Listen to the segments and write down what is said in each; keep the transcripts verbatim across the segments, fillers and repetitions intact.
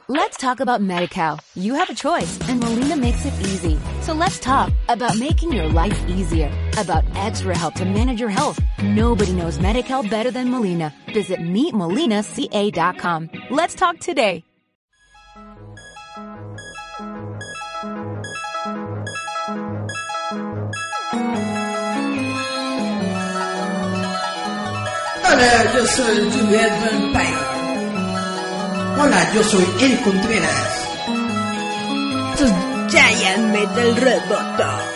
Let's talk about Medi-Cal. You have a choice, and Molina makes it easy. So let's talk about making your life easier, about extra help to manage your health. Nobody knows Medi-Cal better than Molina. Visit meet molina c a dot com. Let's talk today. Hola, yo soy Juliet Vampire. Hola, yo soy El Contreras. Esto es Giant Metal Roboto.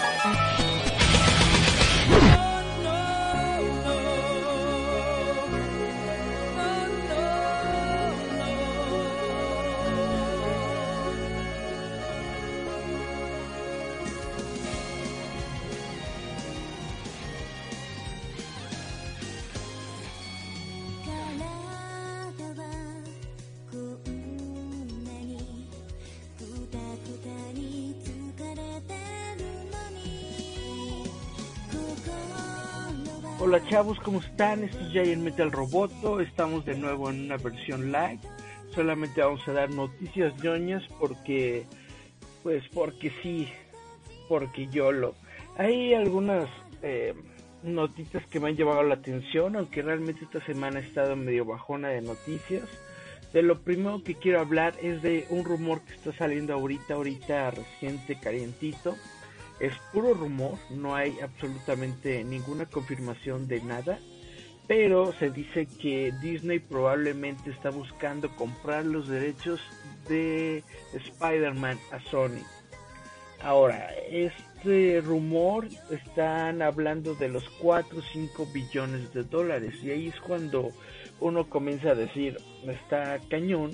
Hola chavos, ¿cómo están? Esto es Giant Metal Roboto. Estamos de nuevo en una versión live. Solamente vamos a dar noticias ñoñas porque, pues porque sí, porque YOLO. Hay algunas eh, noticias que me han llamado la atención, aunque realmente esta semana he estado medio bajona de noticias. De lo primero que quiero hablar es de un rumor que está saliendo ahorita, ahorita reciente, calientito. Es puro rumor, no hay absolutamente ninguna confirmación de nada, pero se dice que Disney probablemente está buscando comprar los derechos de Spider-Man a Sony. Ahora, este rumor están hablando de los cuatro o cinco billones de dólares, y ahí es cuando uno comienza a decir, está cañón,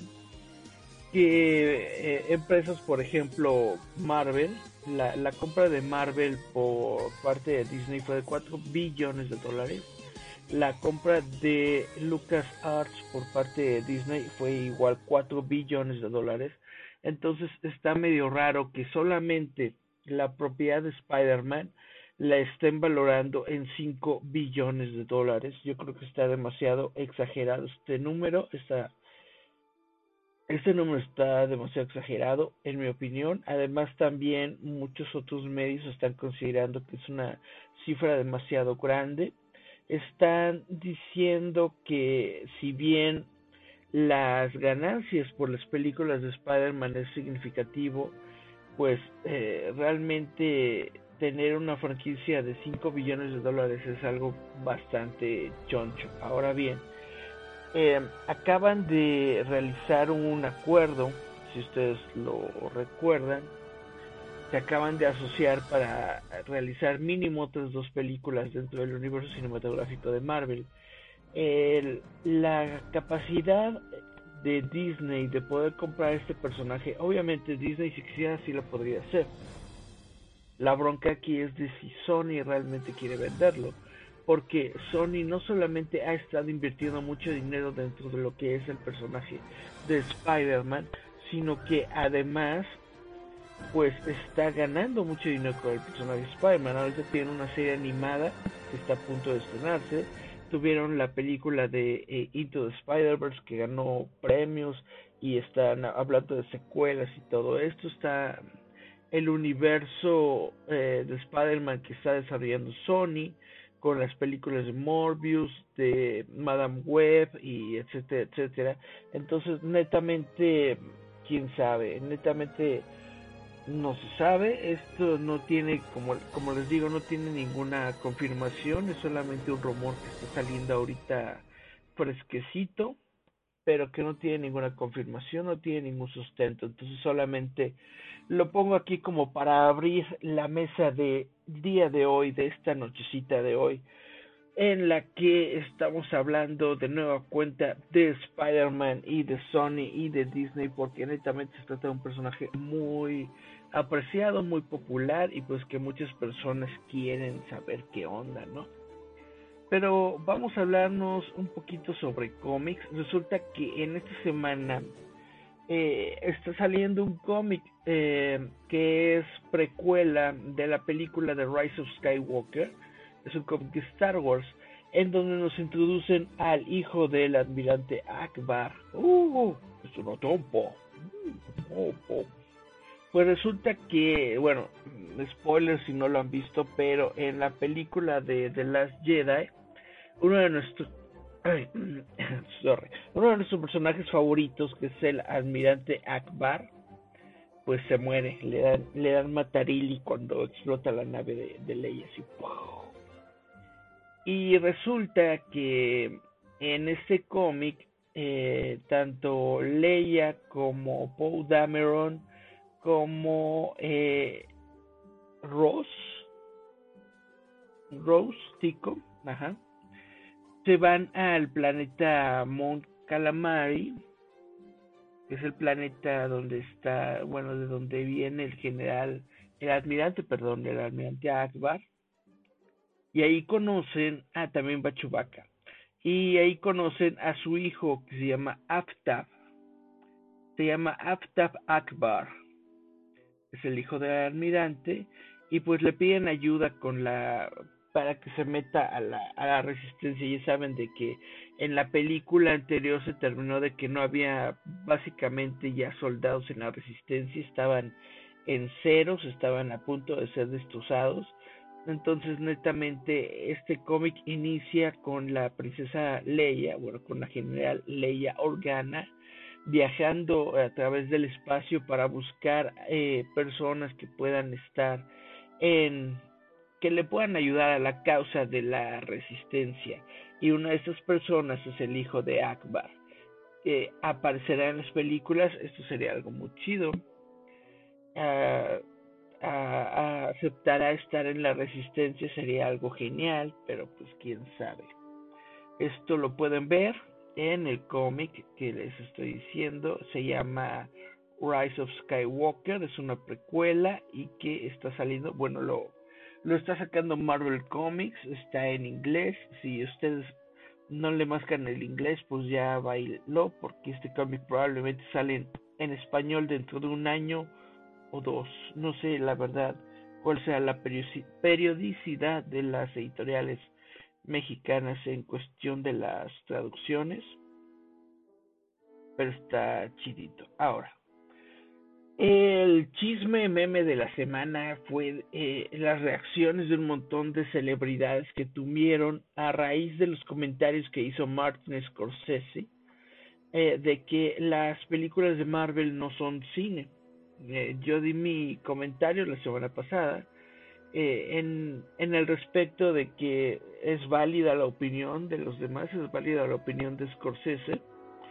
que eh, empresas, por ejemplo, Marvel, la, la compra de Marvel por parte de Disney fue de cuatro billones de dólares. La compra de LucasArts por parte de Disney fue igual cuatro billones de dólares. Entonces está medio raro que solamente la propiedad de Spider-Man la estén valorando en cinco billones de dólares. Yo creo que está demasiado exagerado este número, está Este número está demasiado exagerado, en mi opinión. Además, también muchos otros medios están considerando que es una cifra demasiado grande. Están diciendo que si bien las ganancias por las películas de Spider-Man es significativo, pues eh, realmente tener una franquicia de cinco billones de dólares es algo bastante choncho. Ahora bien, Eh, acaban de realizar un acuerdo, si ustedes lo recuerdan, se acaban de asociar para realizar mínimo otras dos películas dentro del universo cinematográfico de Marvel. El, la capacidad de Disney de poder comprar este personaje, obviamente Disney si quisiera sí lo podría hacer. La bronca aquí es de si Sony realmente quiere venderlo, porque Sony no solamente ha estado invirtiendo mucho dinero dentro de lo que es el personaje de Spider-Man, sino que además pues está ganando mucho dinero con el personaje de Spider-Man. Ahorita tienen una serie animada que está a punto de estrenarse. Tuvieron la película de eh, Into the Spider-Verse que ganó premios y están hablando de secuelas y todo esto. Está el universo eh, de Spider-Man que está desarrollando Sony con las películas de Morbius, de Madame Web y etcétera, etcétera. Entonces, netamente, quién sabe, netamente no se sabe. Esto no tiene, como, como les digo, no tiene ninguna confirmación, es solamente un rumor que está saliendo ahorita fresquecito, pero que no tiene ninguna confirmación, no tiene ningún sustento. Entonces solamente lo pongo aquí como para abrir la mesa de día de hoy, de esta nochecita de hoy, en la que estamos hablando de nueva cuenta de Spider-Man y de Sony y de Disney, porque netamente se trata de un personaje muy apreciado, muy popular y pues que muchas personas quieren saber qué onda, ¿no? Pero vamos a hablarnos un poquito sobre cómics. Resulta que en esta semana eh, está saliendo un cómic eh, que es precuela de la película de Rise of Skywalker. Es un cómic de Star Wars en donde nos introducen al hijo del almirante Akbar. ¡Uh! Es una trompa. Oh, oh. Pues resulta que, bueno, spoilers si no lo han visto, pero en la película de The Last Jedi, uno de nuestros, ay, sorry, uno de nuestros personajes favoritos, que es el almirante Akbar, pues se muere, le dan, le dan matarili cuando explota la nave de, de Leia, así, ¡puf! Y resulta que en este cómic, eh, tanto Leia como Poe Dameron, como eh, Rose, Rose Tico, ajá, se van al planeta Mount Calamari, que es el planeta donde está, bueno, de donde viene el general, el almirante, perdón, el almirante Akbar, y ahí conocen, ah, también va Chewbacca, y ahí conocen a su hijo que se llama Aftab, se llama Aftab Akbar, es el hijo del almirante, y pues le piden ayuda con la para que se meta a la, a la resistencia. Ya saben de que en la película anterior se terminó de que no había básicamente ya soldados en la resistencia, estaban en ceros, estaban a punto de ser destrozados. Entonces netamente este cómic inicia con la princesa Leia, bueno, con la general Leia Organa, viajando a través del espacio para buscar eh, personas que puedan estar en que le puedan ayudar a la causa de la resistencia, y una de estas personas es el hijo de Akbar, que aparecerá en las películas. Esto sería algo muy chido. Uh, uh, uh, aceptará estar en la resistencia, sería algo genial, pero pues quién sabe. Esto lo pueden ver en el cómic que les estoy diciendo, se llama Rise of Skywalker, es una precuela y que está saliendo, bueno, lo, lo está sacando Marvel Comics, está en inglés. Si ustedes no le mascan el inglés, pues ya bailó, porque este cómic probablemente sale en, en español dentro de un año o dos, no sé la verdad cuál sea la periodicidad de las editoriales mexicanas en cuestión de las traducciones, pero está chidito. Ahora, el chisme meme de la semana fue eh, las reacciones de un montón de celebridades que tuvieron a raíz de los comentarios que hizo Martin Scorsese eh, de que las películas de Marvel no son cine. Eh, yo di mi comentario la semana pasada eh, en, en el respecto de que es válida la opinión de los demás, es válida la opinión de Scorsese,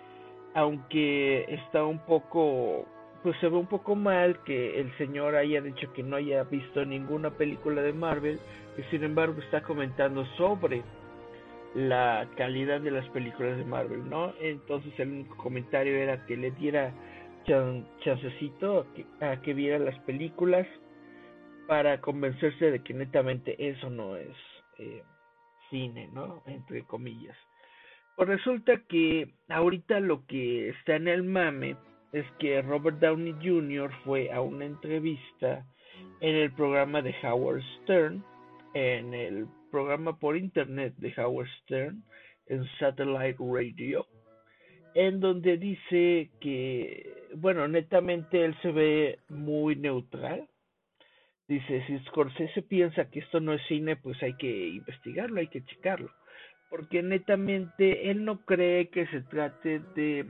aunque está un poco, pues se ve un poco mal que el señor haya dicho que no haya visto ninguna película de Marvel, y sin embargo está comentando sobre la calidad de las películas de Marvel, ¿no? Entonces el único comentario era que le diera chan, chancecito a que, a que viera las películas para convencerse de que netamente eso no es eh, cine, ¿no? Entre comillas. Pues resulta que ahorita lo que está en el mame es que Robert Downey junior fue a una entrevista en el programa de Howard Stern, en el programa por internet de Howard Stern, en Satellite Radio, en donde dice que, bueno, netamente él se ve muy neutral. Dice, si Scorsese piensa que esto no es cine, pues hay que investigarlo, hay que checarlo. Porque netamente él no cree que se trate de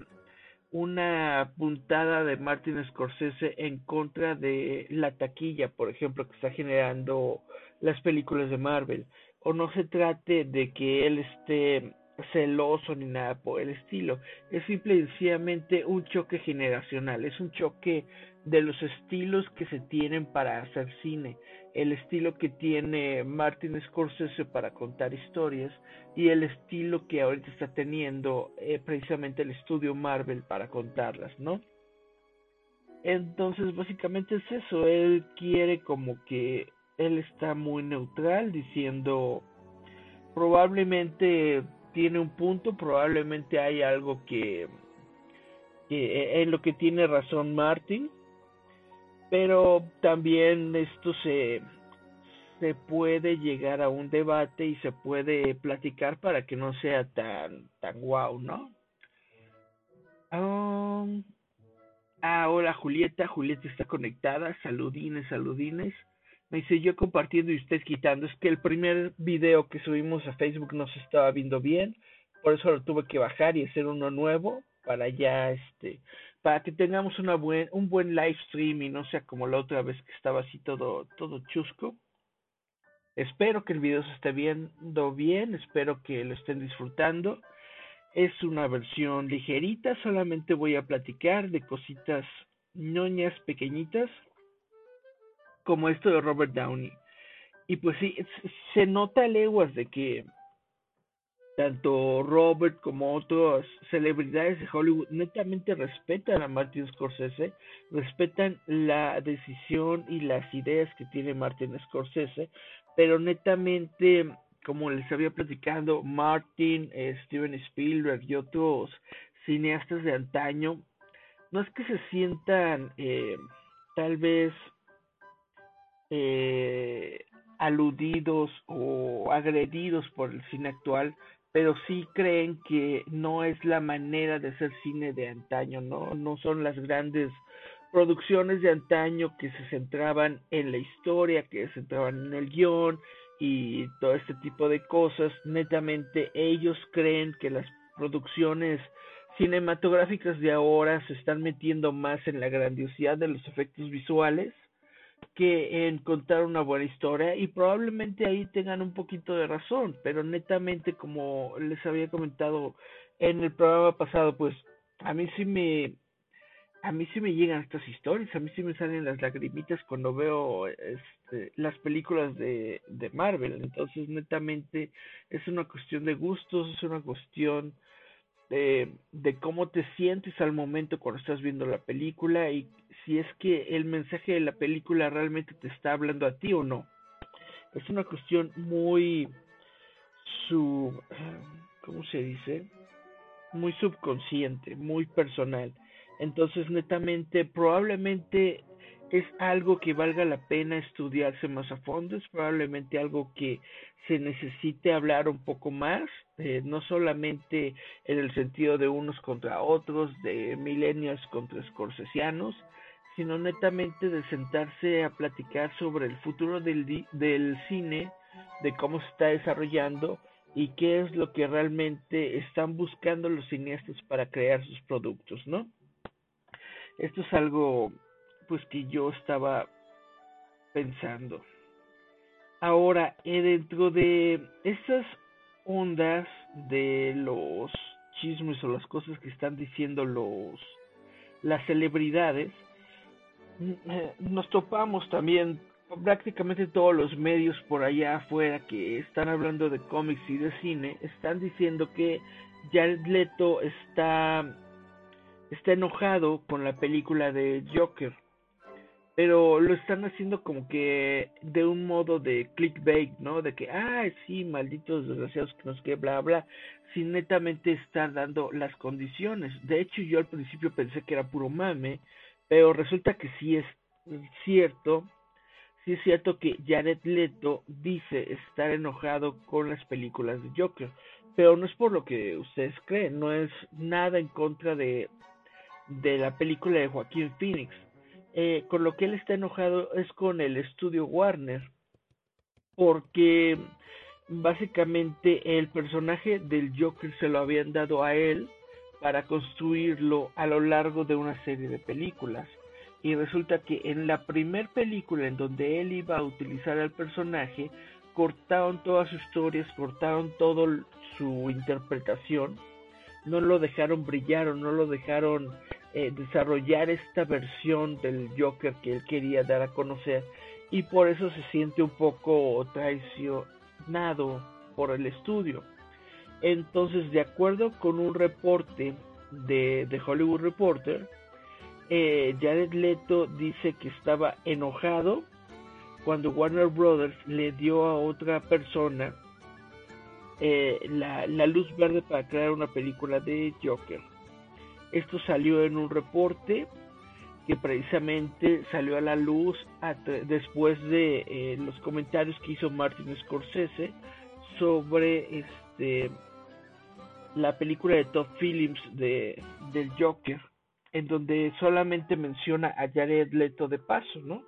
una puntada de Martin Scorsese en contra de la taquilla, por ejemplo, que está generando las películas de Marvel. O no se trate de que él esté celoso ni nada por el estilo. Es simple y sencillamente un choque generacional, es un choque de los estilos que se tienen para hacer cine, el estilo que tiene Martin Scorsese para contar historias y el estilo que ahorita está teniendo eh, precisamente el estudio Marvel para contarlas, ¿no? Entonces básicamente es eso, él quiere como que él está muy neutral diciendo probablemente tiene un punto, probablemente hay algo que, que en lo que tiene razón Martin, pero también esto se se puede llegar a un debate y se puede platicar para que no sea tan tan guau, ¿no? Um, Ah, hola Julieta, Julieta está conectada, saludines, saludines. Me dice yo compartiendo y usted quitando. Es que el primer video que subimos a Facebook no se estaba viendo bien, por eso lo tuve que bajar y hacer uno nuevo para ya, este, para que tengamos una buen, un buen live stream y no sea como la otra vez que estaba así todo, todo chusco. Espero que el video se esté viendo bien, espero que lo estén disfrutando. Es una versión ligerita, solamente voy a platicar de cositas ñoñas pequeñitas, como esto de Robert Downey. Y pues sí, se nota a leguas de que tanto Robert como otras celebridades de Hollywood netamente respetan a Martin Scorsese, respetan la decisión y las ideas que tiene Martin Scorsese, pero netamente, como les había platicado, Martin, eh, Steven Spielberg y otros cineastas de antaño, no es que se sientan eh, tal vez eh, aludidos o agredidos por el cine actual, pero sí creen que no es la manera de hacer cine de antaño, no, no son las grandes producciones de antaño que se centraban en la historia, que se centraban en el guión y todo este tipo de cosas. Netamente ellos creen que las producciones cinematográficas de ahora se están metiendo más en la grandiosidad de los efectos visuales que en contar una buena historia, y probablemente ahí tengan un poquito de razón, pero netamente, como les había comentado en el programa pasado, pues a mí sí me a mí sí me llegan estas historias, a mí sí me salen las lagrimitas cuando veo este, las películas de, de Marvel. Entonces netamente es una cuestión de gustos, es una cuestión de, de cómo te sientes al momento cuando estás viendo la película y si es que el mensaje de la película realmente te está hablando a ti o no. Es una cuestión muy sub, ¿cómo se dice? Muy subconsciente, muy personal. Entonces, netamente, probablemente es algo que valga la pena estudiarse más a fondo, es probablemente algo que se necesite hablar un poco más, eh, no solamente en el sentido de unos contra otros, de millennials contra scorsesianos, sino netamente de sentarse a platicar sobre el futuro del, del cine, de cómo se está desarrollando y qué es lo que realmente están buscando los cineastas para crear sus productos, ¿no? Esto es algo pues que yo estaba pensando. Ahora, eh, dentro de estas ondas de los chismes o las cosas que están diciendo los las celebridades, nos topamos también prácticamente todos los medios por allá afuera que están hablando de cómics y de cine, están diciendo que Jared Leto está está enojado con la película de Joker, pero lo están haciendo como que de un modo de clickbait, ¿no? De que, ah, sí, malditos desgraciados que nos que bla, bla, sin netamente estar dando las condiciones. De hecho, yo al principio pensé que era puro mame, pero resulta que sí es cierto, sí es cierto que Jared Leto dice estar enojado con las películas de Joker, pero no es por lo que ustedes creen, no es nada en contra de, de la película de Joaquín Phoenix. Eh, con lo que él está enojado es con el estudio Warner, porque básicamente el personaje del Joker se lo habían dado a él para construirlo a lo largo de una serie de películas, y resulta que en la primer película en donde él iba a utilizar al personaje, cortaron todas sus historias, cortaron toda su interpretación, no lo dejaron brillar o no lo dejaron eh, desarrollar esta versión del Joker que él quería dar a conocer, y por eso se siente un poco traicionado por el estudio. Entonces, de acuerdo con un reporte de, de Hollywood Reporter, eh, Jared Leto dice que estaba enojado cuando Warner Brothers le dio a otra persona eh, la, la luz verde para crear una película de Joker. Esto salió en un reporte que precisamente salió a la luz a después de eh, los comentarios que hizo Martin Scorsese sobre este la película de Todd Phillips de del Joker. en donde solamente menciona a Jared Leto de paso, ¿no?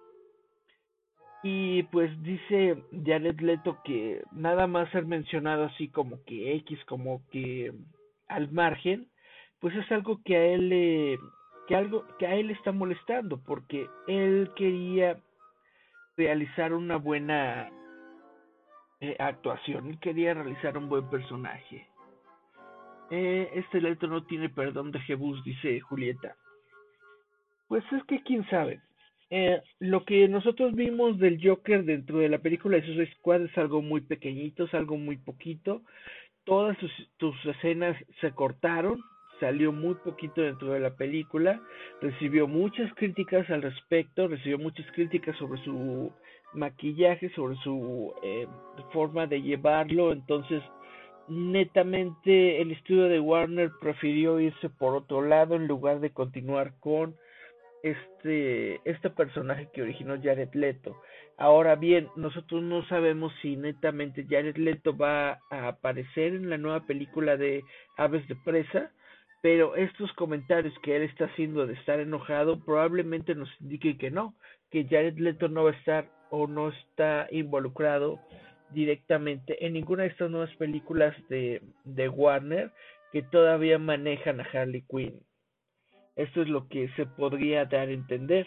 Y pues dice Jared Leto que nada más ser mencionado así como que X, como que al margen, pues es algo que a él le, que algo que a él le está molestando, porque él quería realizar una buena eh, actuación, él quería realizar un buen personaje. Eh, este Leto no tiene perdón de Jebus, dice Julieta. Pues es que quién sabe. Eh, lo que nosotros vimos del Joker dentro de la película de Suicide Squad es algo muy pequeñito, es algo muy poquito. Todas sus, tus escenas se cortaron, salió muy poquito dentro de la película, recibió muchas críticas al respecto, recibió muchas críticas sobre su maquillaje, sobre su eh, forma de llevarlo, entonces netamente el estudio de Warner prefirió irse por otro lado en lugar de continuar con este, este personaje que originó Jared Leto. Ahora bien, nosotros no sabemos si netamente Jared Leto va a aparecer en la nueva película de Aves de Presa, pero estos comentarios que él está haciendo de estar enojado probablemente nos indiquen que no, que Jared Leto no va a estar o no está involucrado directamente en ninguna de estas nuevas películas de, de Warner que todavía manejan a Harley Quinn. Esto es lo que se podría dar a entender.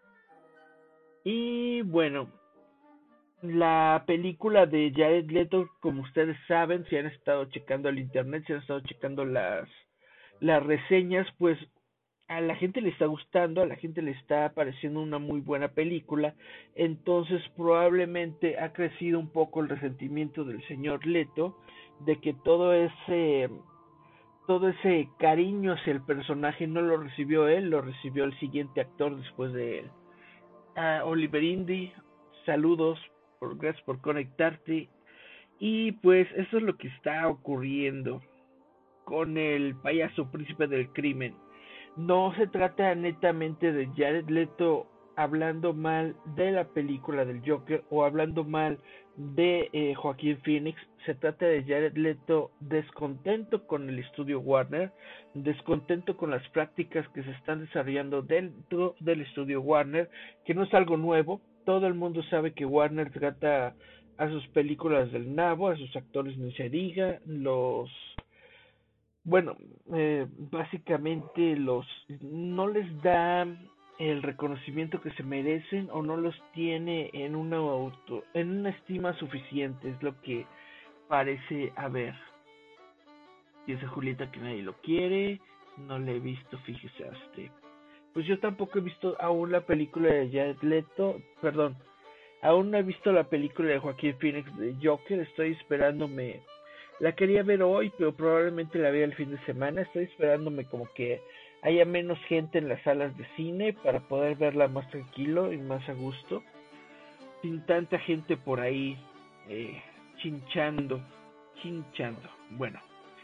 Y bueno, la película de Jared Leto, como ustedes saben, si han estado checando el internet, si han estado checando las, las reseñas, pues a la gente le está gustando, a la gente le está pareciendo una muy buena película, entonces probablemente ha crecido un poco el resentimiento del señor Leto de que todo ese todo ese cariño hacia el personaje no lo recibió él, lo recibió el siguiente actor después de él. Uh, Oliver Indy, saludos, por, gracias por conectarte. Y pues eso es lo que está ocurriendo con el payaso príncipe del crimen. No se trata netamente de Jared Leto hablando mal de la película del Joker o hablando mal de eh, Joaquín Phoenix. Se trata de Jared Leto descontento con el estudio Warner, descontento con las prácticas que se están desarrollando dentro del estudio Warner, que no es algo nuevo. Todo el mundo sabe que Warner trata a sus películas del nabo, a sus actores ni se diga, los bueno, eh, básicamente los no les da el reconocimiento que se merecen o no los tiene en una auto, en una estima suficiente, es lo que parece haber. Dice Julieta que nadie lo quiere, no le he visto, fíjese a usted. Pues yo tampoco he visto aún la película de Jared Leto, perdón, aún no he visto la película de Joaquín Phoenix de Joker, estoy esperándome. La quería ver hoy, pero probablemente la vea el fin de semana. Estoy esperándome como que haya menos gente en las salas de cine para poder verla más tranquilo y más a gusto. Sin tanta gente por ahí eh, chinchando, chinchando. Bueno,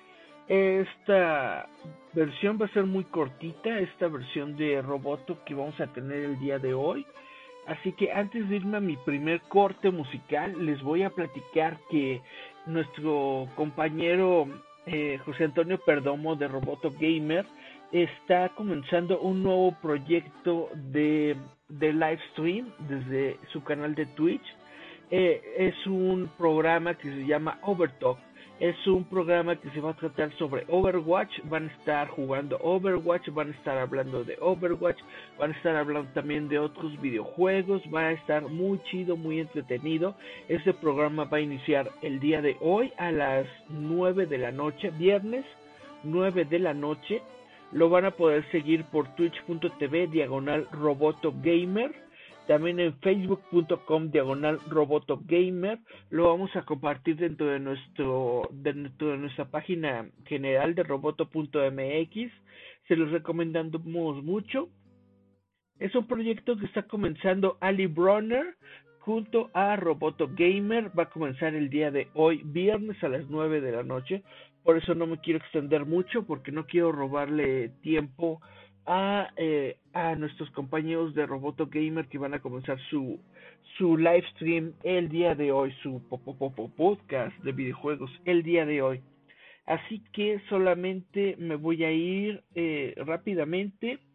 esta versión va a ser muy cortita, esta versión de Roboto que vamos a tener el día de hoy. Así que antes de irme a mi primer corte musical, les voy a platicar que nuestro compañero eh, José Antonio Perdomo de Roboto Gamer está comenzando un nuevo proyecto de, de live stream desde su canal de Twitch. Eh, es un programa que se llama Overtalk. Es un programa que se va a tratar sobre Overwatch, van a estar jugando Overwatch, van a estar hablando de Overwatch, van a estar hablando también de otros videojuegos, va a estar muy chido, muy entretenido. Este programa va a iniciar el día de hoy a las nueve de la noche, viernes nueve de la noche. Lo van a poder seguir por twitch.tv diagonal Roboto Gamer. También en facebook.com diagonal Roboto Gamer. Lo vamos a compartir dentro de nuestro dentro de nuestra página general de roboto punto m x. Se los recomendamos mucho. Es un proyecto que está comenzando Ali Bronner junto a Roboto Gamer. Va a comenzar el día de hoy, viernes a las nueve de la noche. Por eso no me quiero extender mucho, porque no quiero robarle tiempo a, eh, a nuestros compañeros de Roboto Gamer que van a comenzar su, su live stream el día de hoy, su podcast de videojuegos el día de hoy. Así que solamente me voy a ir eh, rápidamente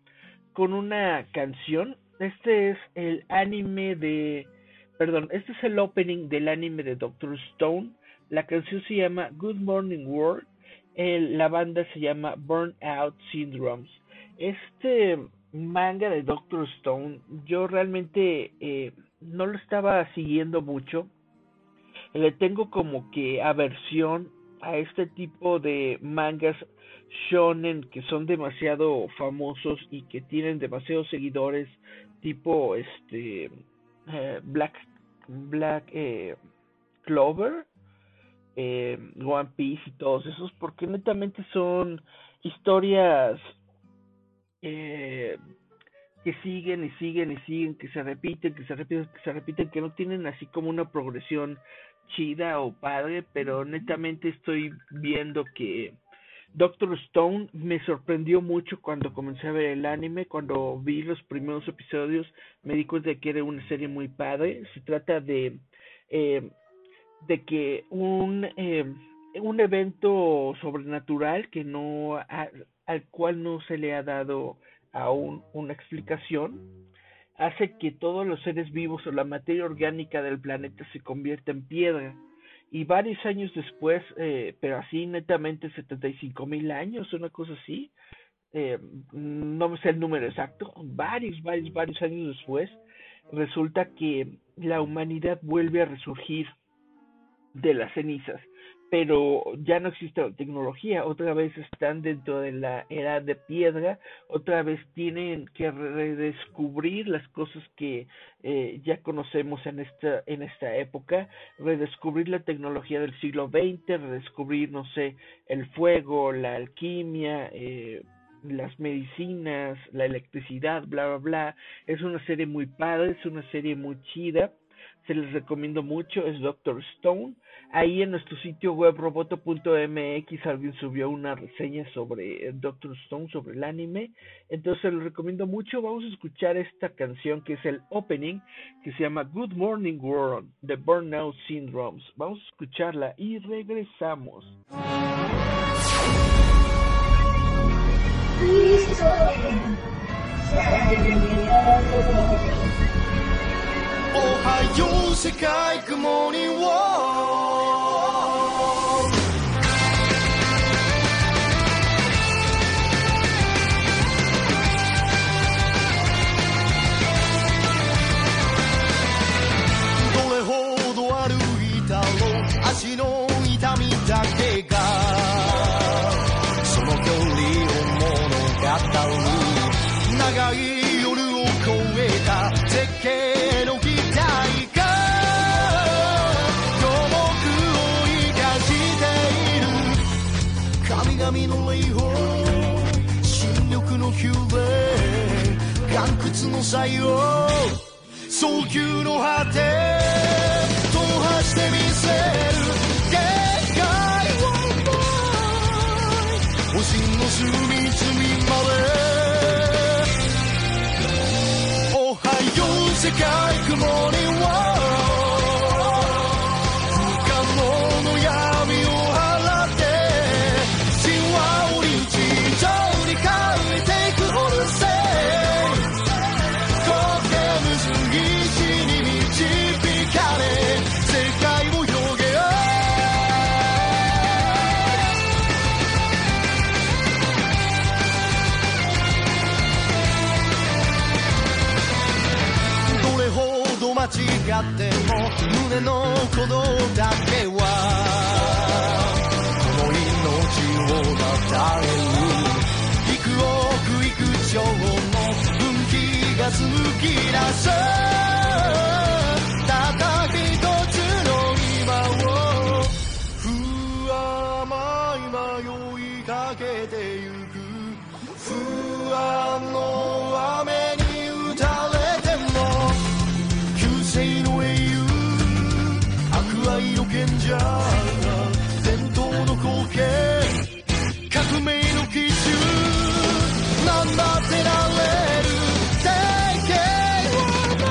con una canción. Este es el anime de... Perdón, este es el opening del anime de Doctor Stone. La canción se llama Good Morning World. El, la banda se llama Burnout Syndromes. Este manga de Doctor Stone, yo realmente eh, no lo estaba siguiendo mucho. Le tengo como que aversión a este tipo de mangas shonen que son demasiado famosos y que tienen demasiados seguidores, tipo este eh, Black Black eh, Clover, eh, One Piece y todos esos, porque netamente son historias eh, que siguen y siguen y siguen, que se repiten, que se repiten, que se repiten, que no tienen así como una progresión chida o padre, pero netamente estoy viendo que Doctor Stone me sorprendió mucho cuando comencé a ver el anime. Cuando vi los primeros episodios me di cuenta de que era una serie muy padre. Se trata de eh, de que un eh, un evento sobrenatural que no a, al cual no se le ha dado aún una explicación hace que todos los seres vivos o la materia orgánica del planeta se convierta en piedra. Y varios años después, eh, pero así netamente setenta y cinco mil años, una cosa así, eh, no sé el número exacto, varios, varios, varios años después, resulta que la humanidad vuelve a resurgir de las cenizas, pero ya no existe la tecnología, otra vez están dentro de la era de piedra, otra vez tienen que redescubrir las cosas que eh, ya conocemos en esta en esta época, redescubrir la tecnología del siglo veinte, redescubrir, no sé, el fuego, la alquimia, eh, las medicinas, la electricidad, bla, bla, bla. Es una serie muy padre, es una serie muy chida. Se les recomiendo mucho, es Doctor Stone. Ahí en nuestro sitio web roboto punto m x alguien subió una reseña sobre Doctor Stone, sobre el anime. Entonces se los recomiendo mucho. Vamos a escuchar esta canción que es el opening, que se llama Good Morning World, de Burnout Syndromes. Vamos a escucharla y regresamos. Ohio, Sekai, Good Morning World.どれほど歩いたろう、足の痛みだけがその距離を物語る。長い夜を越えた絶景の期待が孤独を生かしている。神々の霊峰、新緑の宮殿、岩窟の採用、早急の果て踏破してみせる。限界を越え、星の隅々まで世界雲には不可能の闇を払って神話を日常に変えていくオルセイ苔むずぎしに導かれ世界を広げよ間違っても胸の鼓動だけはこの命をたたえる。幾億幾兆の分岐が紡ぎ出すたった一つの今を不甘い迷いかけてゆく。不安の雨に打たれの賢者伝統の光景革命の基準なんだってなれる世界はない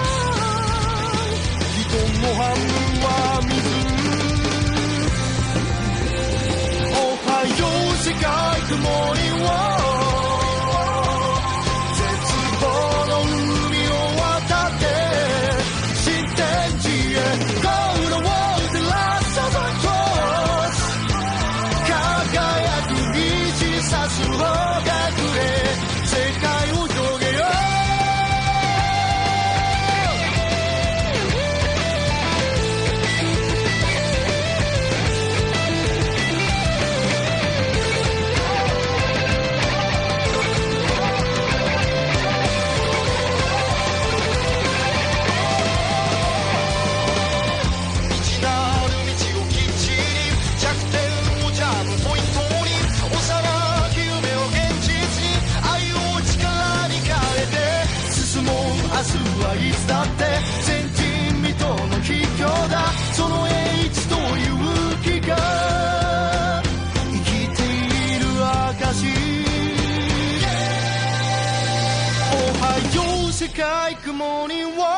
明日はいつだって前人未到の秘境だその英知と勇気が生きている証おはよう世界 Good morning world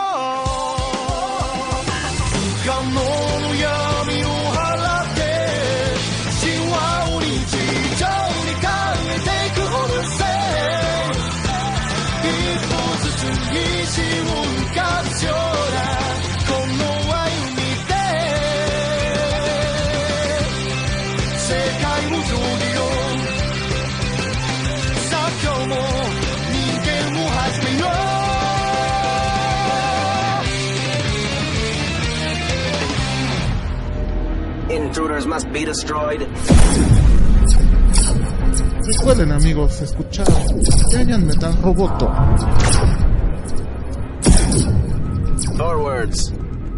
不可能の闇を払って神話を日常に変えていくオルセ一歩ずつ意志を浮かぶ将来この歩みで世界を通りよさあ今日も人間を始めよう Intruders must be destroyed. Recuerden amigos, escuchar Giant Metal Roboto. Forwards.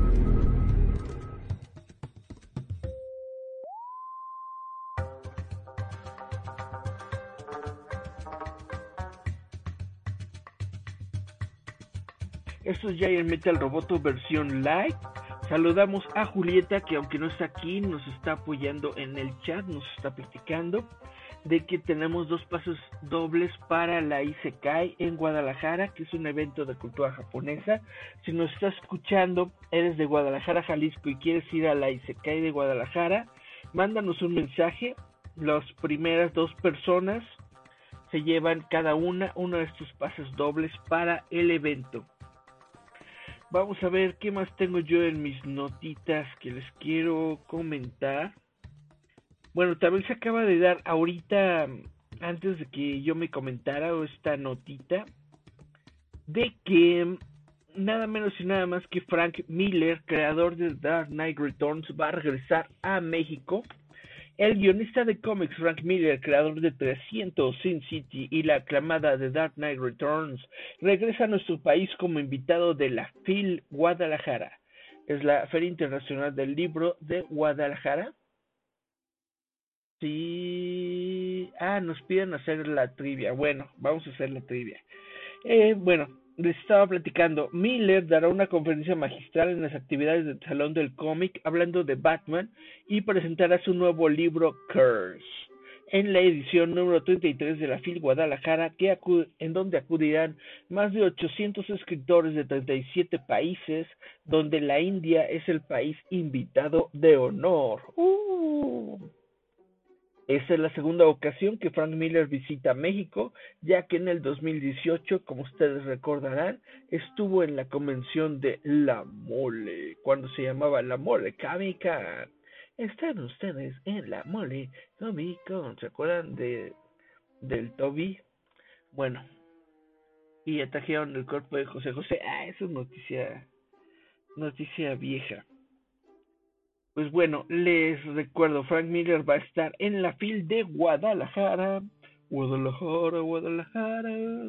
Esto es Giant Metal Roboto versión live. Saludamos a Julieta, que aunque no está aquí, nos está apoyando en el chat, nos está platicando de que tenemos dos pasos dobles para la Isekai en Guadalajara, que es un evento de cultura japonesa. Si nos estás escuchando, eres de Guadalajara, Jalisco, y quieres ir a la Isekai de Guadalajara, mándanos un mensaje. Las primeras dos personas se llevan cada una uno de estos pasos dobles para el evento. Vamos a ver qué más tengo yo en mis notitas que les quiero comentar. Bueno, también se acaba de dar ahorita, antes de que yo me comentara esta notita, de que nada menos y nada más que Frank Miller, creador de Dark Knight Returns, va a regresar a México. El guionista de cómics Frank Miller, creador de trescientos, Sin City y la aclamada The Dark Knight Returns, regresa a nuestro país como invitado de la F I L Guadalajara. Es la Feria Internacional del Libro de Guadalajara. Sí. Ah, nos piden hacer la trivia. Bueno, vamos a hacer la trivia. Eh, bueno, les estaba platicando. Miller dará una conferencia magistral en las actividades del Salón del Cómic hablando de Batman y presentará su nuevo libro Curse en la edición número treinta y tres de la F I L Guadalajara, que acude, en donde acudirán más de ochocientos escritores de treinta y siete países, donde la India es el país invitado de honor. Uh. Esta es la segunda ocasión que Frank Miller visita México, ya que en el dos mil dieciocho, como ustedes recordarán, estuvo en la convención de La Mole, cuando se llamaba La Mole Comic Con. Están ustedes en La Mole Comic Con, ¿se acuerdan de del Toby? Bueno, y atajaron el cuerpo de José José. Ah, eso es noticia, noticia vieja. Pues bueno, les recuerdo, Frank Miller va a estar en la F I L de Guadalajara. Guadalajara, Guadalajara.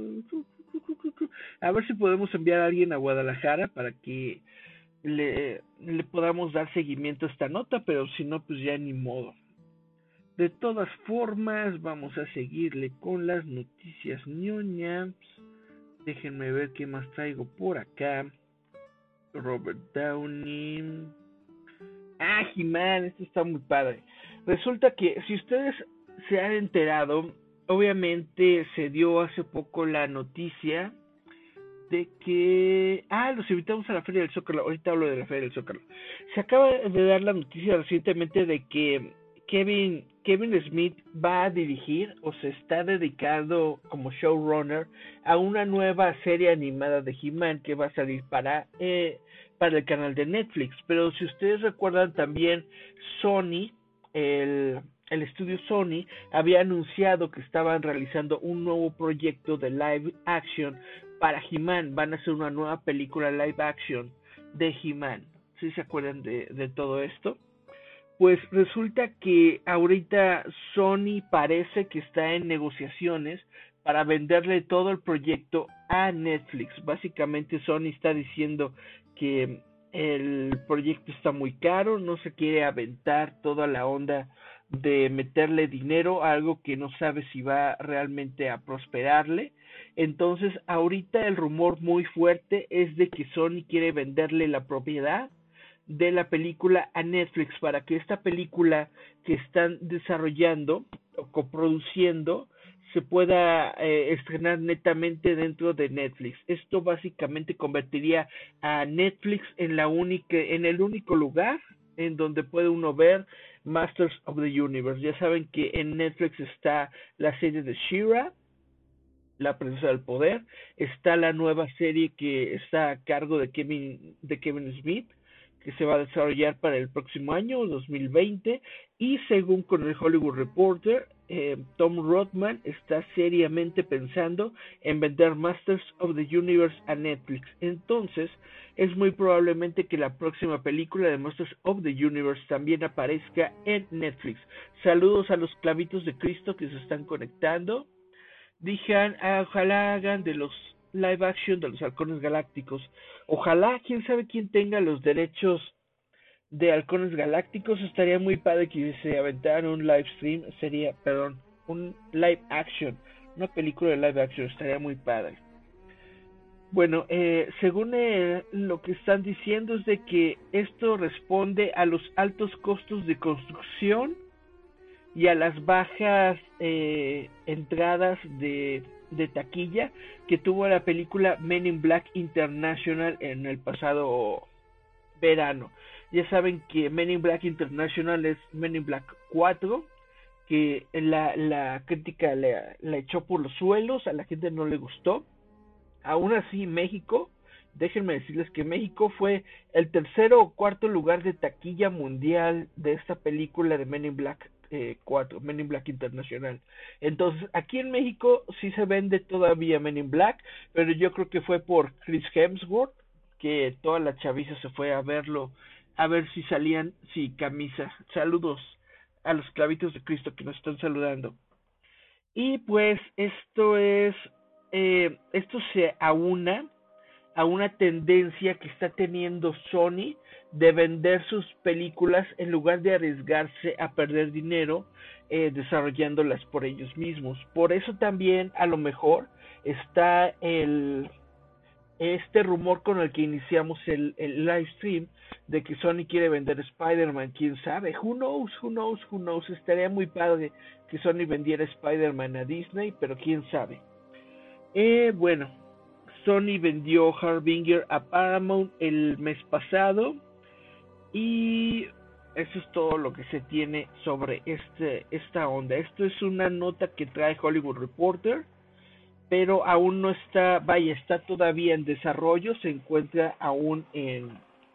A ver si podemos enviar a alguien a Guadalajara para que le, le podamos dar seguimiento a esta nota, pero si no, pues ya ni modo. De todas formas, vamos a seguirle con las noticias ñoñas. Déjenme ver qué más traigo por acá. Robert Downey... Ah, He-Man, esto está muy padre. Resulta que si ustedes se han enterado, obviamente se dio hace poco la noticia de que... Ah, los invitamos a la Feria del Zócalo. Ahorita hablo de la Feria del Zócalo. Se acaba de dar la noticia recientemente de que Kevin, Kevin Smith va a dirigir o se está dedicando como showrunner a una nueva serie animada de He-Man que va a salir para... Eh, para el canal de Netflix. Pero si ustedes recuerdan, también Sony, el, el estudio Sony, había anunciado que estaban realizando un nuevo proyecto de live action para He-Man. Van a hacer una nueva película live action de He-Man. ¿Sí se acuerdan de, de todo esto? Pues resulta que ahorita Sony parece que está en negociaciones para venderle todo el proyecto a Netflix. Básicamente Sony está diciendo que el proyecto está muy caro, no se quiere aventar toda la onda de meterle dinero a algo que no sabe si va realmente a prosperarle. Entonces ahorita el rumor muy fuerte es de que Sony quiere venderle la propiedad de la película a Netflix para que esta película que están desarrollando o coproduciendo se pueda eh, estrenar netamente dentro de Netflix. Esto básicamente convertiría a Netflix en la única, en el único lugar en donde puede uno ver Masters of the Universe. Ya saben que en Netflix está la serie de She-Ra, La Princesa del Poder, está la nueva serie que está a cargo de Kevin, de Kevin Smith, que se va a desarrollar para el próximo año, dos mil veinte, y según con el Hollywood Reporter, eh, Tom Rothman está seriamente pensando en vender Masters of the Universe a Netflix. Entonces, es muy probablemente que la próxima película de Masters of the Universe también aparezca en Netflix. Saludos a los clavitos de Cristo que se están conectando. Dijan, ah, ojalá hagan de los live action de los halcones galácticos. Ojalá, quién sabe quién tenga los derechos de halcones galácticos. Estaría muy padre que se aventaran un live stream, sería, perdón, un live action, una película de live action, estaría muy padre. Bueno, eh, según eh, lo que están diciendo es de que esto responde a los altos costos de construcción y a las bajas eh, entradas de, de taquilla que tuvo la película Men in Black International en el pasado verano. Ya saben que Men in Black International es Men in Black cuatro, que la, la crítica la, la echó por los suelos, a la gente no le gustó. Aún así, México, déjenme decirles que México fue el tercero o cuarto lugar de taquilla mundial de esta película de Men in Black eh, cuatro, Men in Black Internacional. Entonces, aquí en México sí se vende todavía Men in Black, pero yo creo que fue por Chris Hemsworth, que toda la chaviza se fue a verlo, a ver si salían sin camisa. Saludos a los clavitos de Cristo que nos están saludando. Y pues esto es... Eh, esto se aúna a una tendencia que está teniendo Sony de vender sus películas en lugar de arriesgarse a perder dinero eh, desarrollándolas por ellos mismos. Por eso también a lo mejor está el este rumor con el que iniciamos el, el live stream de que Sony quiere vender Spider-Man. Quién sabe, who knows, who knows, who knows. Estaría muy padre que Sony vendiera Spider-Man a Disney, pero quién sabe. Eh, bueno, Sony vendió Harbinger a Paramount el mes pasado y eso es todo lo que se tiene sobre este esta onda. Esto es una nota que trae Hollywood Reporter, pero aún no está, vaya, está todavía en desarrollo, se encuentra aún en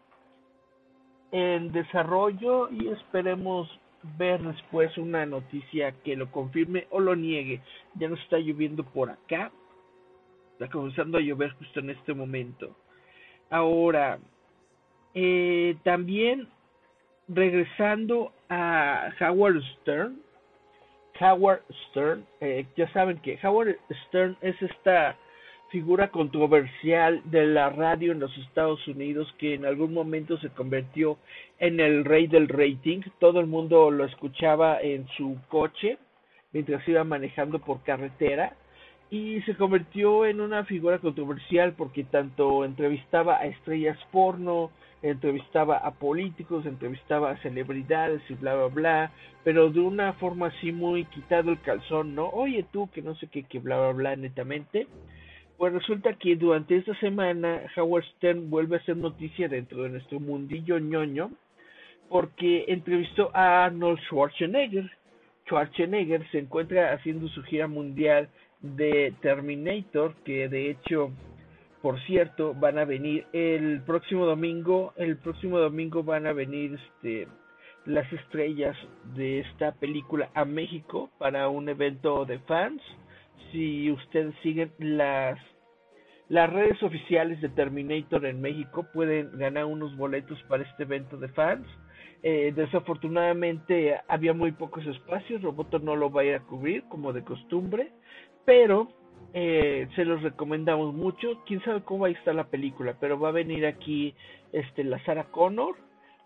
en desarrollo y esperemos ver después una noticia que lo confirme o lo niegue. Ya nos está lloviendo por acá. Está comenzando a llover justo en este momento. Ahora, eh, también regresando a Howard Stern. Howard Stern, eh, ya saben que Howard Stern es esta figura controversial de la radio en los Estados Unidos que en algún momento se convirtió en el rey del rating. Todo el mundo lo escuchaba en su coche mientras iba manejando por carretera. Y se convirtió en una figura controversial porque tanto entrevistaba a estrellas porno, entrevistaba a políticos, entrevistaba a celebridades y bla bla bla, pero de una forma así muy quitado el calzón, ¿no? Oye tú, que no sé qué, que bla bla bla, netamente. Pues resulta que durante esta semana Howard Stern vuelve a ser noticia dentro de nuestro mundillo ñoño porque entrevistó a Arnold Schwarzenegger. Schwarzenegger se encuentra haciendo su gira mundial de Terminator, que de hecho, por cierto, van a venir el próximo domingo, el próximo domingo van a venir este las estrellas de esta película a México para un evento de fans. Si ustedes siguen las las redes oficiales de Terminator en México, pueden ganar unos boletos para este evento de fans. Eh, desafortunadamente había muy pocos espacios, Roboto no lo va a ir a cubrir como de costumbre, pero eh, se los recomendamos mucho. Quién sabe cómo va a estar la película, pero va a venir aquí este la Sarah Connor,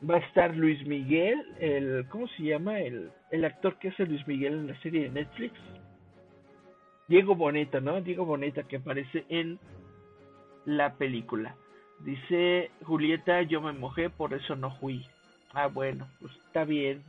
Va a estar Luis Miguel, el ¿cómo se llama? El, el actor que hace Luis Miguel en la serie de Netflix. Diego Boneta, ¿no? Diego Boneta, que aparece en la película. Dice Julieta, yo me mojé, por eso no fui. Ah, bueno, pues está bien.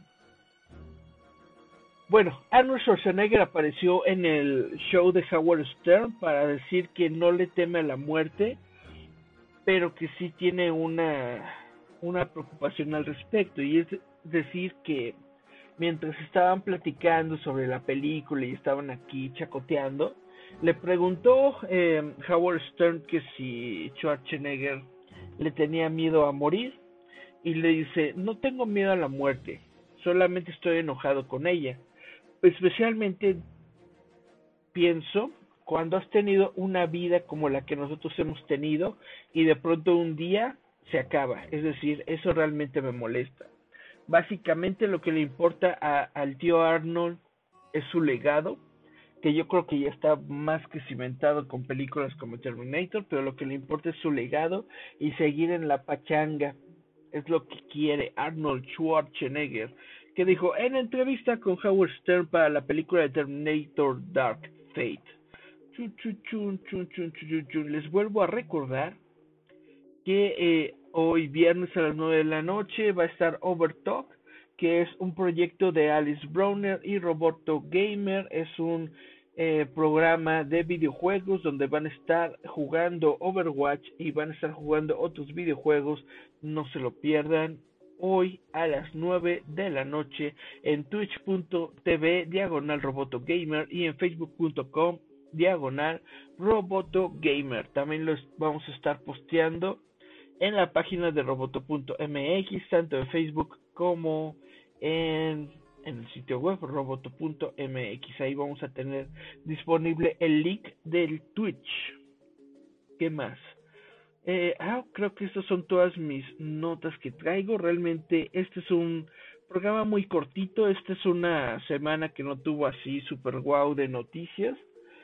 Bueno, Arnold Schwarzenegger apareció en el show de Howard Stern para decir que no le teme a la muerte, pero que sí tiene una, una preocupación al respecto, y es decir que mientras estaban platicando sobre la película y estaban aquí chacoteando, le preguntó eh, Howard Stern que si Schwarzenegger le tenía miedo a morir, y le dice, no tengo miedo a la muerte, solamente estoy enojado con ella. Especialmente pienso cuando has tenido una vida como la que nosotros hemos tenido y de pronto un día se acaba, es decir, eso realmente me molesta. Básicamente lo que le importa a, al tío Arnold es su legado, que yo creo que ya está más que cimentado con películas como Terminator, pero lo que le importa es su legado y seguir en la pachanga. Es lo que quiere Arnold Schwarzenegger, que dijo en entrevista con Howard Stern para la película de Terminator Dark Fate. Chun, chun, chun, chun, chun, chun, chun. Les vuelvo a recordar que eh, hoy viernes a las nueve de la noche va a estar Overtalk, que es un proyecto de Alice Browner y Roboto Gamer. Es un eh, programa de videojuegos donde van a estar jugando Overwatch y van a estar jugando otros videojuegos. No se lo pierdan. Hoy a las nueve de la noche en twitch punto tv diagonal Roboto Gamer y en facebook punto com diagonal Roboto Gamer. También los vamos a estar posteando en la página de roboto punto m x, tanto en Facebook como en, en el sitio web roboto punto m x. Ahí vamos a tener disponible el link del Twitch. ¿Qué más? Eh, ah, creo que estas son todas mis notas que traigo. Realmente este es un programa muy cortito. Esta es una semana que no tuvo así super guau de noticias,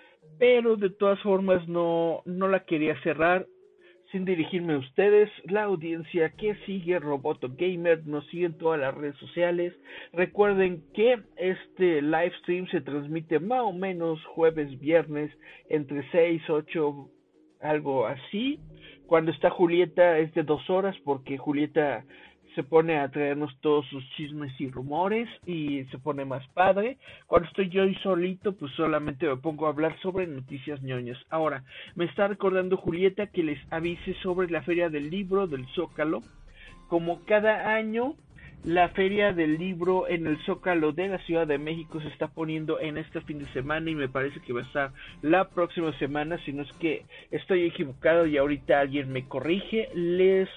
pero de todas formas no, no la quería cerrar sin dirigirme a ustedes, la audiencia que sigue Roboto Gamer. Nos sigue en todas las redes sociales. Recuerden que este live stream se transmite más o menos jueves, viernes, entre seis, ocho, algo así. Cuando está Julieta es de dos horas, porque Julieta se pone a traernos todos sus chismes y rumores y se pone más padre. Cuando estoy yo y solito, pues solamente me pongo a hablar sobre noticias ñoñas. Ahora, me está recordando Julieta que les avise sobre la Feria del Libro del Zócalo. Como cada año, la Feria del Libro en el Zócalo de la Ciudad de México se está poniendo en este fin de semana, y me parece que va a estar la próxima semana, si no es que estoy equivocado y ahorita alguien me corrige. Les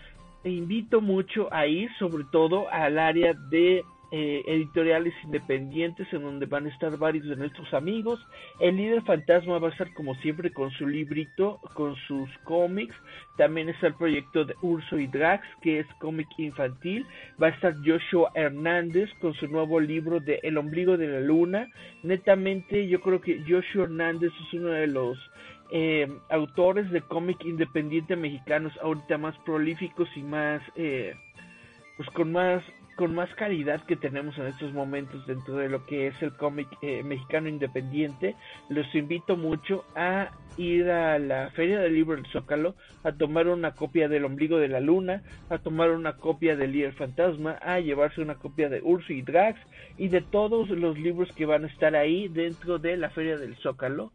invito mucho a ir, sobre todo al área de eh, editoriales independientes, en donde van a estar varios de nuestros amigos. El Líder Fantasma va a estar como siempre con su librito, con sus cómics. También está el proyecto de Urso y Drax, que es cómic infantil. Va a estar Joshua Hernández con su nuevo libro de El Ombligo de la Luna. Netamente yo creo que Joshua Hernández es uno de los Eh, autores de cómic independiente mexicanos ahorita más prolíficos y más eh, pues con más con más calidad que tenemos en estos momentos dentro de lo que es el cómic eh, mexicano independiente. Los invito mucho a ir a la Feria del Libro del Zócalo, a tomar una copia del Ombligo de la Luna, a tomar una copia del Líder Fantasma, a llevarse una copia de Urso y Drax y de todos los libros que van a estar ahí dentro de la Feria del Zócalo.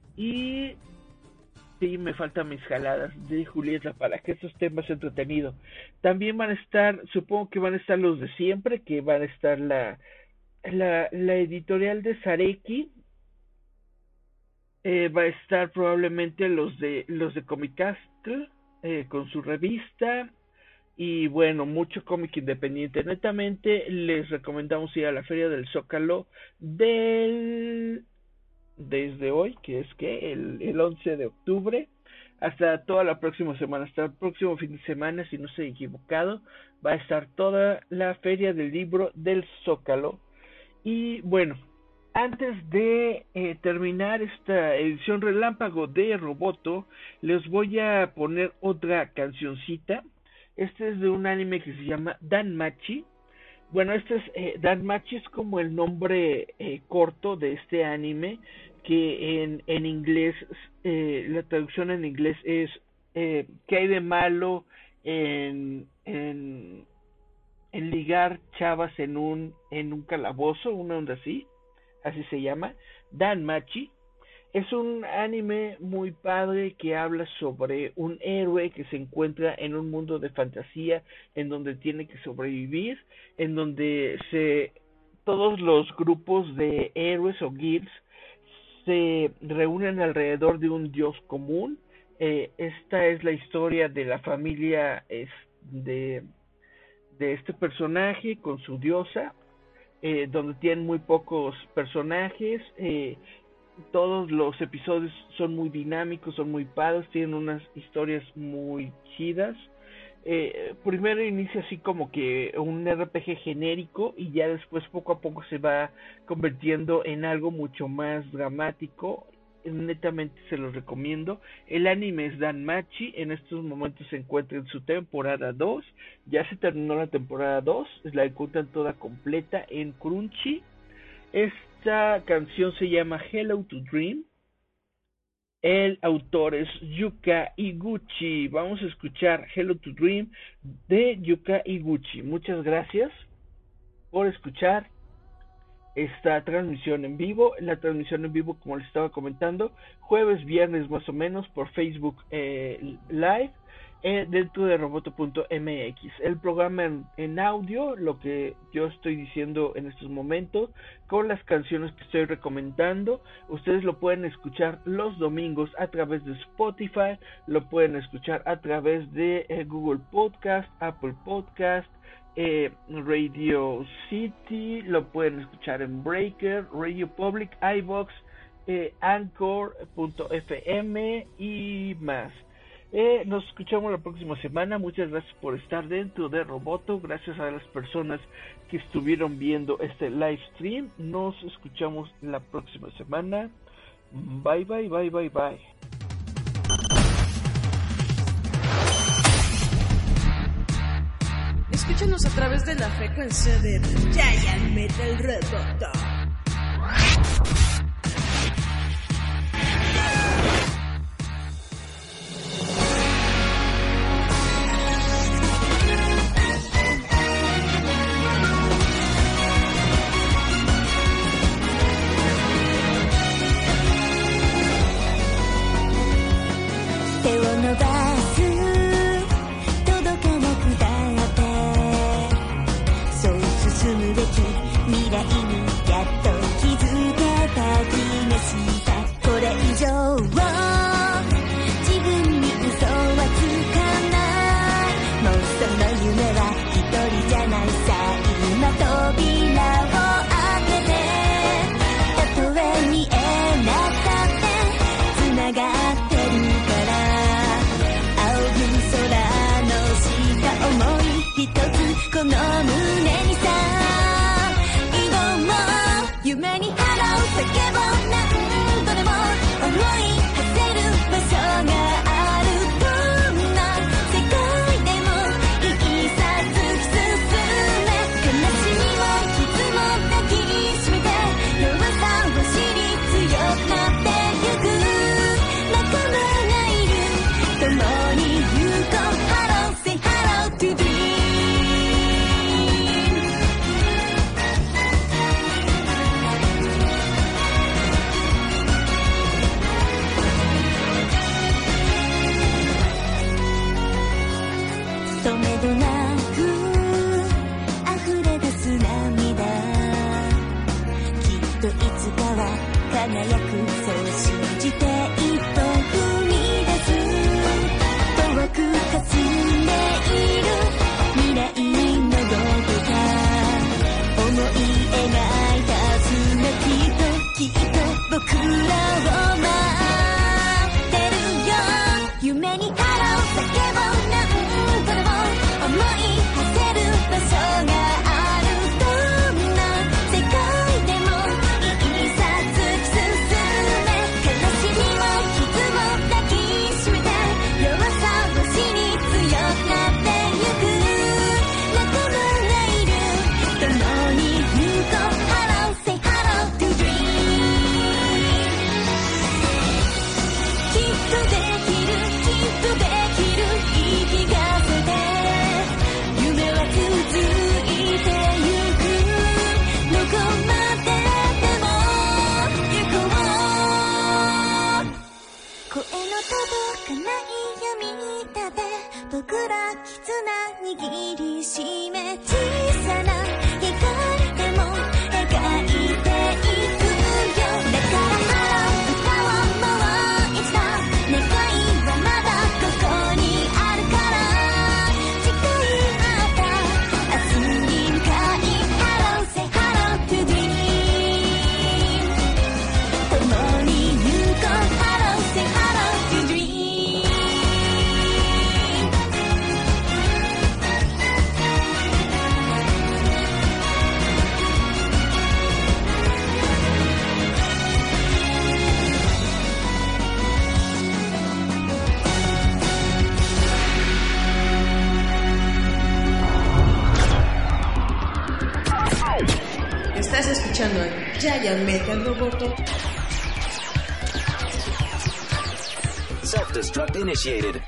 Y sí, me faltan mis jaladas de Julieta para que estos temas entretenidos. También van a estar, supongo que van a estar los de siempre, que van a estar la la, la editorial de Sareki, eh, va a estar probablemente los de los de Comicastle eh, con su revista, y bueno, mucho cómic independiente. Netamente les recomendamos ir a la Feria del Zócalo del desde hoy, que es que el, el once de octubre, hasta toda la próxima semana, hasta el próximo fin de semana, si no estoy equivocado, va a estar toda la Feria del Libro del Zócalo. Y bueno, antes de eh, terminar esta edición relámpago de Roboto, les voy a poner otra cancioncita Este es de un anime que se llama Danmachi. Bueno, este es eh, Danmachi es como el nombre eh, corto de este anime, que en, en inglés, eh, la traducción en inglés es eh, ¿qué hay de malo en, en, en ligar chavas en un, en un calabozo? Una onda así, así se llama, Danmachi. Es un anime muy padre que habla sobre un héroe que se encuentra en un mundo de fantasía en donde tiene que sobrevivir, en donde se todos los grupos de héroes o guilds se reúnen alrededor de un dios común. Eh, esta es la historia de la familia es, de, de este personaje con su diosa, eh, donde tienen muy pocos personajes. Eh, todos los episodios son muy dinámicos, son muy padres, tienen unas historias muy chidas. Eh, primero inicia así como que un R P G genérico y ya después poco a poco se va convirtiendo en algo mucho más dramático. Netamente se los recomiendo. El anime es Danmachi, en estos momentos se encuentra en su temporada dos, ya se terminó la temporada dos, la encuentran toda completa en Crunchy. Esta canción se llama Hello to Dream. El autor es Yuka Iguchi. Vamos a escuchar Hello to Dream de Yuka Iguchi. Muchas gracias por escuchar esta transmisión en vivo. La transmisión en vivo, como les estaba comentando, jueves, viernes más o menos por Facebook eh, Live eh, dentro de roboto punto m x. El programa en, en audio, lo que yo estoy diciendo en estos momentos, con las canciones que estoy recomendando, ustedes lo pueden escuchar los domingos a través de Spotify, lo pueden escuchar a través de eh, Google Podcast, Apple Podcast, eh, Radio City, lo pueden escuchar en Breaker, Radio Public, iVoox, eh, Anchor punto f m y más. Eh, nos escuchamos la próxima semana. Muchas gracias por estar dentro de Roboto. Gracias a las personas que estuvieron viendo este live stream. Nos escuchamos la próxima semana. Bye, bye, bye, bye, bye. Escúchanos a través de la frecuencia de Giant Metal Roboto. 「弱さを知り強くなってゆく」 僕ら絆握りしめ小さな光でも描いていくよだからハロー歌をもう一度願いはまだここにあるから誓い合った明日に向かい Hello say hello to dream 共に行こう Hello say hello to dream Estás escuchando a Giant Metal Roboto. Self-destruct initiated.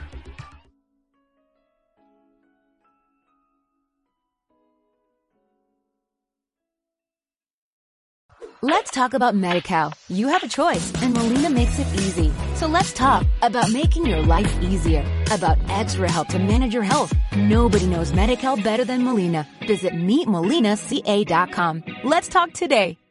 Let's talk about Medi-Cal. You have a choice, and Molina makes it easy. So let's talk about making your life easier, about extra help to manage your health. Nobody knows Medi-Cal better than Molina. Visit meet molina c a dot com. Let's talk today.